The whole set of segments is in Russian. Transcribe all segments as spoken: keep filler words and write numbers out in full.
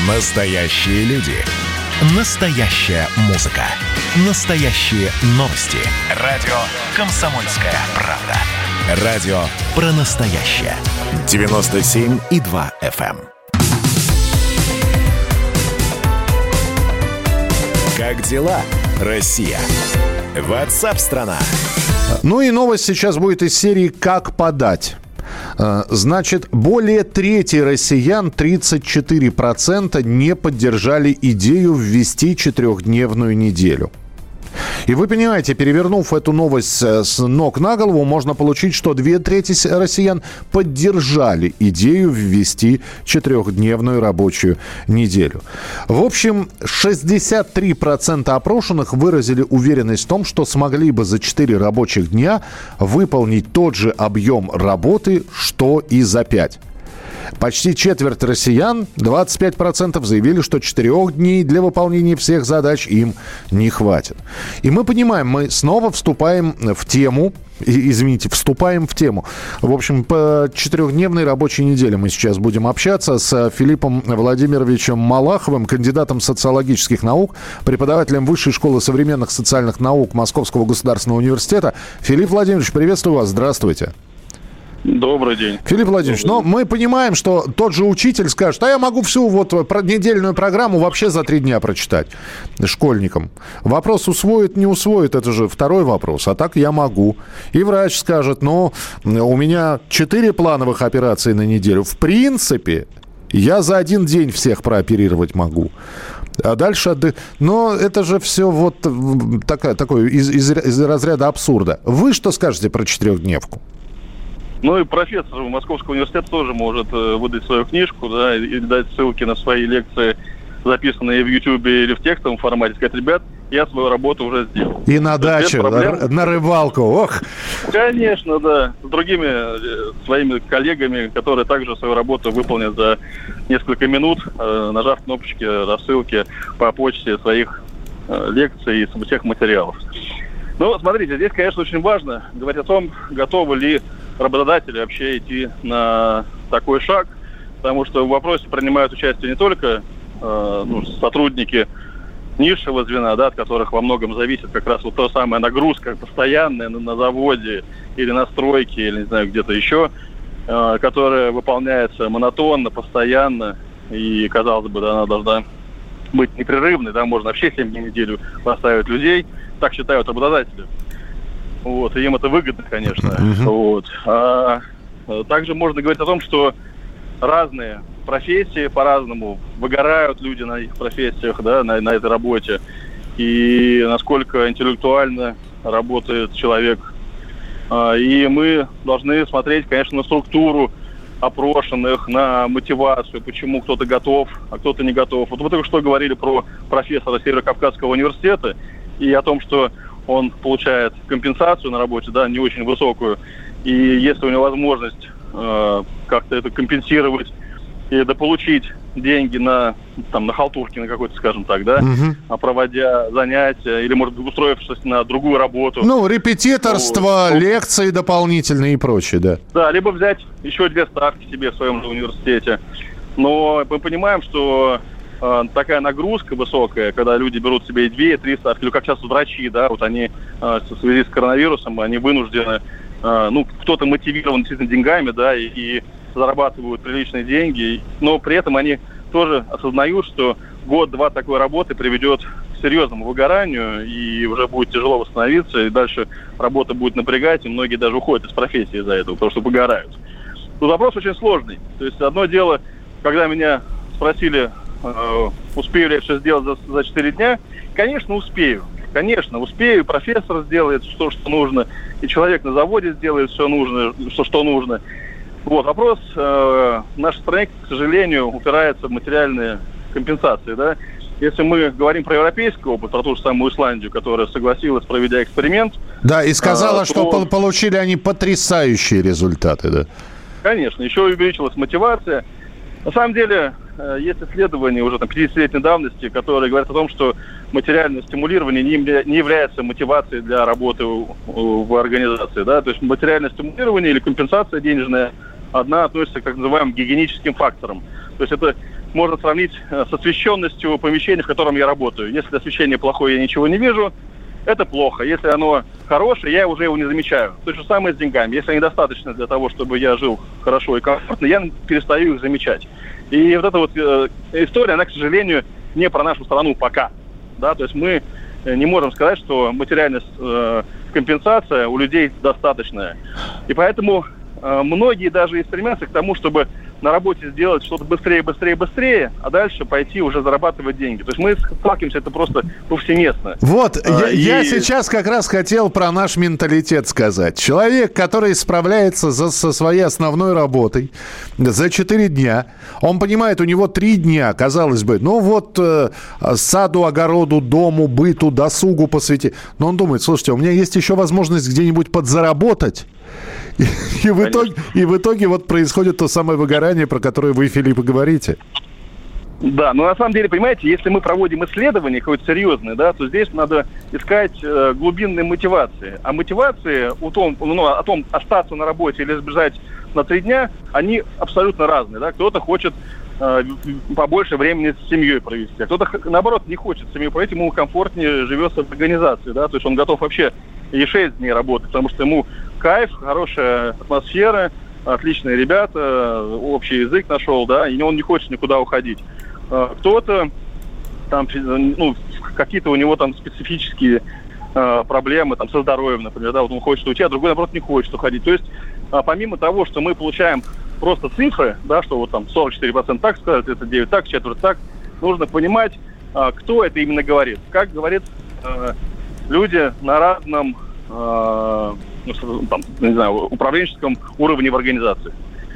Настоящие люди. Настоящая музыка. Настоящие новости. Радио «Комсомольская правда». Радио про настоящее. девяносто семь и два эф эм. Как дела, Россия? Ватсап-страна! Ну и новость сейчас будет из серии «Как подать?». Значит, более трети россиян, тридцать четыре процента, не поддержали идею ввести четырехдневную неделю. И вы понимаете, перевернув эту новость с ног на голову, можно получить, что две трети россиян поддержали идею ввести четырехдневную рабочую неделю. В общем, шестьдесят три процента опрошенных выразили уверенность в том, что смогли бы за четыре рабочих дня выполнить тот же объем работы, что и за пять. Почти четверть россиян, двадцать пять процентов, заявили, что четырех дней для выполнения всех задач им не хватит. И мы понимаем, мы снова вступаем в тему, извините, вступаем в тему. В общем, по четырехдневной рабочей неделе мы сейчас будем общаться с Филиппом Владимировичем Малаховым, кандидатом социологических наук, преподавателем Высшей школы современных социальных наук Московского государственного университета. Филипп Владимирович, приветствую вас, здравствуйте. Добрый день. Филипп Владимирович, но мы понимаем, что тот же учитель скажет, а я могу всю вот недельную программу вообще за три дня прочитать школьникам. Вопрос усвоит, не усвоит, это же второй вопрос, а так я могу. И врач скажет, ну, у меня четыре плановых операции на неделю. В принципе, я за один день всех прооперировать могу. А дальше отдых. Но это же все вот такая, такое из, из, из разряда абсурда. Вы что скажете про четырехдневку? Ну и профессор Московского университета тоже может э, выдать свою книжку, да, и дать ссылки на свои лекции, записанные в Ютьюбе или в текстовом формате, сказать, ребят, я свою работу уже сделал. И на дачу, на, на рыбалку, ох! Конечно, да. С другими э, своими коллегами, которые также свою работу выполнят за несколько минут, э, нажав кнопочки рассылки по почте своих э, лекций и всех материалов. Ну, смотрите, здесь, конечно, очень важно говорить о том, готовы ли работодатели вообще идти на такой шаг, потому что в вопросе принимают участие не только э, ну, сотрудники низшего звена, да, от которых во многом зависит как раз вот та самая нагрузка постоянная на, на заводе или на стройке, или не знаю, где-то еще, э, которая выполняется монотонно, постоянно, и, казалось бы, да, она должна быть непрерывной, да, можно вообще семь дней в неделю поставить людей, так считают работодатели. Вот, и им это выгодно, конечно. Uh-huh. Вот. А, также можно говорить о том, что разные профессии по-разному выгорают люди на их профессиях, да, на, на этой работе. И насколько интеллектуально работает человек. А, и мы должны смотреть, конечно, на структуру опрошенных, на мотивацию, почему кто-то готов, а кто-то не готов. Вот вы только что говорили про профессора Северо-Кавказского университета и о том, что он получает компенсацию на работе, да, не очень высокую, и если у него возможность э, как-то это компенсировать и дополучить деньги на, там, на халтурке, на какой-то, скажем так, да, угу. проводя занятия, или, может быть, устроившись на другую работу. Ну, репетиторство, вот. Лекции дополнительные и прочее, да. Да, либо взять еще две ставки себе в своем же университете. Но мы понимаем, что такая нагрузка высокая, когда люди берут себе и две, и три ставки, или как сейчас врачи, да, вот они в связи с коронавирусом, они вынуждены, ну, кто-то мотивирован действительно деньгами, да, и, и зарабатывают приличные деньги, но при этом они тоже осознают, что год-два такой работы приведет к серьезному выгоранию, и уже будет тяжело восстановиться, и дальше работа будет напрягать, и многие даже уходят из профессии из-за этого, потому что выгорают. Тут вопрос очень сложный. То есть одно дело, когда меня спросили, успею ли я все сделать за, за четыре дня? Конечно, успею. Конечно, успею. Профессор сделает то, что нужно. И человек на заводе сделает все нужно, что, что нужно. Вот. Вопрос э, в нашей стране, к сожалению, упирается в материальные компенсации. Да? Если мы говорим про европейский опыт, про ту же самую Исландию, которая согласилась, проведя эксперимент. Да, и сказала, а, что то... получили они потрясающие результаты. Да? Конечно. Еще увеличилась мотивация. На самом деле, есть исследования уже там пятидесятилетней давности, которые говорят о том, что материальное стимулирование не, не является мотивацией для работы в организации. Да? То есть материальное стимулирование или компенсация денежная, одна относится к так называемым гигиеническим факторам. То есть это можно сравнить с освещенностью помещения, в котором я работаю. Если освещение плохое, я ничего не вижу, это плохо. Если оно хорошее, я уже его не замечаю. То же самое с деньгами. Если они достаточны для того, чтобы я жил хорошо и комфортно, я перестаю их замечать. И вот эта вот э, история, она, к сожалению, не про нашу страну пока. Да? То есть мы не можем сказать, что материальная э, компенсация у людей достаточная. И поэтому э, многие даже и стремятся к тому, чтобы на работе сделать что-то быстрее, быстрее, быстрее, а дальше пойти уже зарабатывать деньги. То есть мы сталкиваемся, это просто повсеместно. Вот, а, я, и... я сейчас как раз хотел про наш менталитет сказать. Человек, который справляется за, со своей основной работой за четыре дня, он понимает, у него три дня, казалось бы, ну вот э, саду, огороду, дому, быту, досугу посвятить. Но он думает, слушайте, у меня есть еще возможность где-нибудь подзаработать. И, и, в итоге, и в итоге вот происходит то самое выгорание, про которое вы, Филипп, и говорите. Да, но на самом деле, понимаете, если мы проводим исследование какое-то серьезное, да, то здесь надо искать э, глубинные мотивации. А мотивации о том, ну, о том, остаться на работе или сбежать на три дня, они абсолютно разные. Да? Кто-то хочет э, побольше времени с семьей провести, а кто-то, наоборот, не хочет с семьей провести, ему комфортнее живется в организации. Да? То есть он готов вообще и шесть дней работать, потому что ему кайф, хорошая атмосфера, отличные ребята, общий язык нашел, да, и он не хочет никуда уходить. Кто-то, там, ну, какие-то у него там специфические э, проблемы там, со здоровьем, например, да, вот он хочет уйти, а другой, наоборот, не хочет уходить. То есть, э, помимо того, что мы получаем просто цифры, да, что вот там сорок четыре процента так сказать, это девять так, четверть так, нужно понимать, э, кто это именно говорит. Как говорит э, люди на разном э, там, не знаю, управленческом уровне в организации.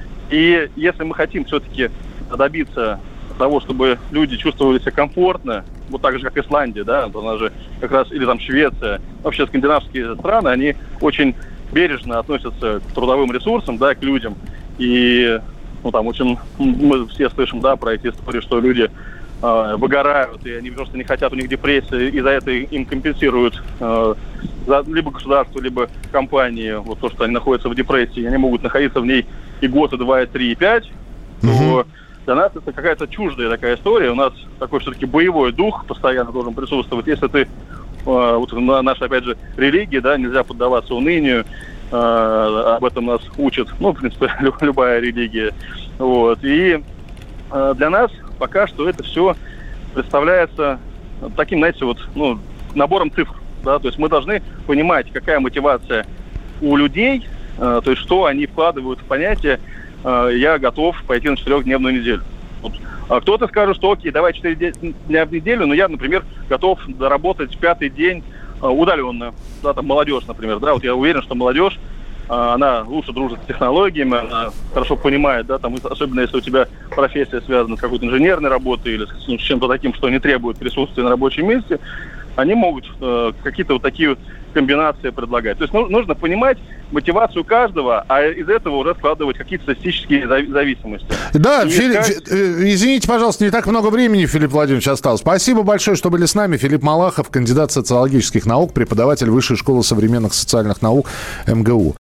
И если мы хотим все-таки добиться того, чтобы люди чувствовали себя комфортно, вот так же, как Исландия, да, она же как раз, или там Швеция, вообще скандинавские страны, они очень бережно относятся к трудовым ресурсам, да, к людям. И, ну, там очень, мы все слышим, да, про эти истории, что люди э, выгорают, и они просто не хотят, у них депрессия, и за это им компенсируют э, за, либо государство, либо компании, вот то, что они находятся в депрессии, они могут находиться в ней и год, и два, и три, и пять, то mm-hmm. для нас это какая-то чуждая такая история. У нас такой все-таки боевой дух постоянно должен присутствовать. Если ты, э, вот наша, опять же, религия, да, нельзя поддаваться унынию, э, об этом нас учат, ну, в принципе, любая религия. Вот. И э, для нас пока что это все представляется таким, знаете, вот, ну, набором цифр. Да? То есть мы должны понимать, какая мотивация у людей, э, то есть что они вкладывают в понятие «я готов пойти на четырехдневную неделю». Вот. А кто-то скажет, что окей, давай четыре дня в неделю, но я, например, готов доработать пятый день удаленно. Да, там молодежь, например. Да, вот я уверен, что молодежь, она лучше дружит с технологиями, она хорошо понимает, да, там, особенно если у тебя профессия связана с какой-то инженерной работой или с, ну, с чем-то таким, что не требует присутствия на рабочем месте, они могут э, какие-то вот такие вот комбинации предлагать. То есть ну, нужно понимать мотивацию каждого, а из этого уже складывать какие-то статистические зависимости. Да, Филипп, искать... извините, пожалуйста, не так много времени, Филипп Владимирович, осталось. Спасибо большое, что были с нами. Филипп Малахов, кандидат социологических наук, преподаватель Высшей школы современных социальных наук эм гэ у.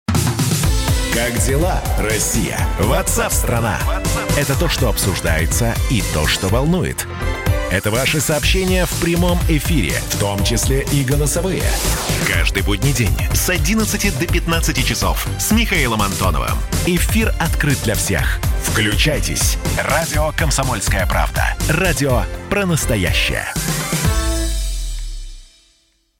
Как дела, Россия? WhatsApp-страна. Это то, что обсуждается, и то, что волнует. Это ваши сообщения в прямом эфире, в том числе и голосовые. Каждый будний день с одиннадцати до пятнадцати часов с Михаилом Антоновым. Эфир открыт для всех. Включайтесь. Радио «Комсомольская правда». Радио про настоящее.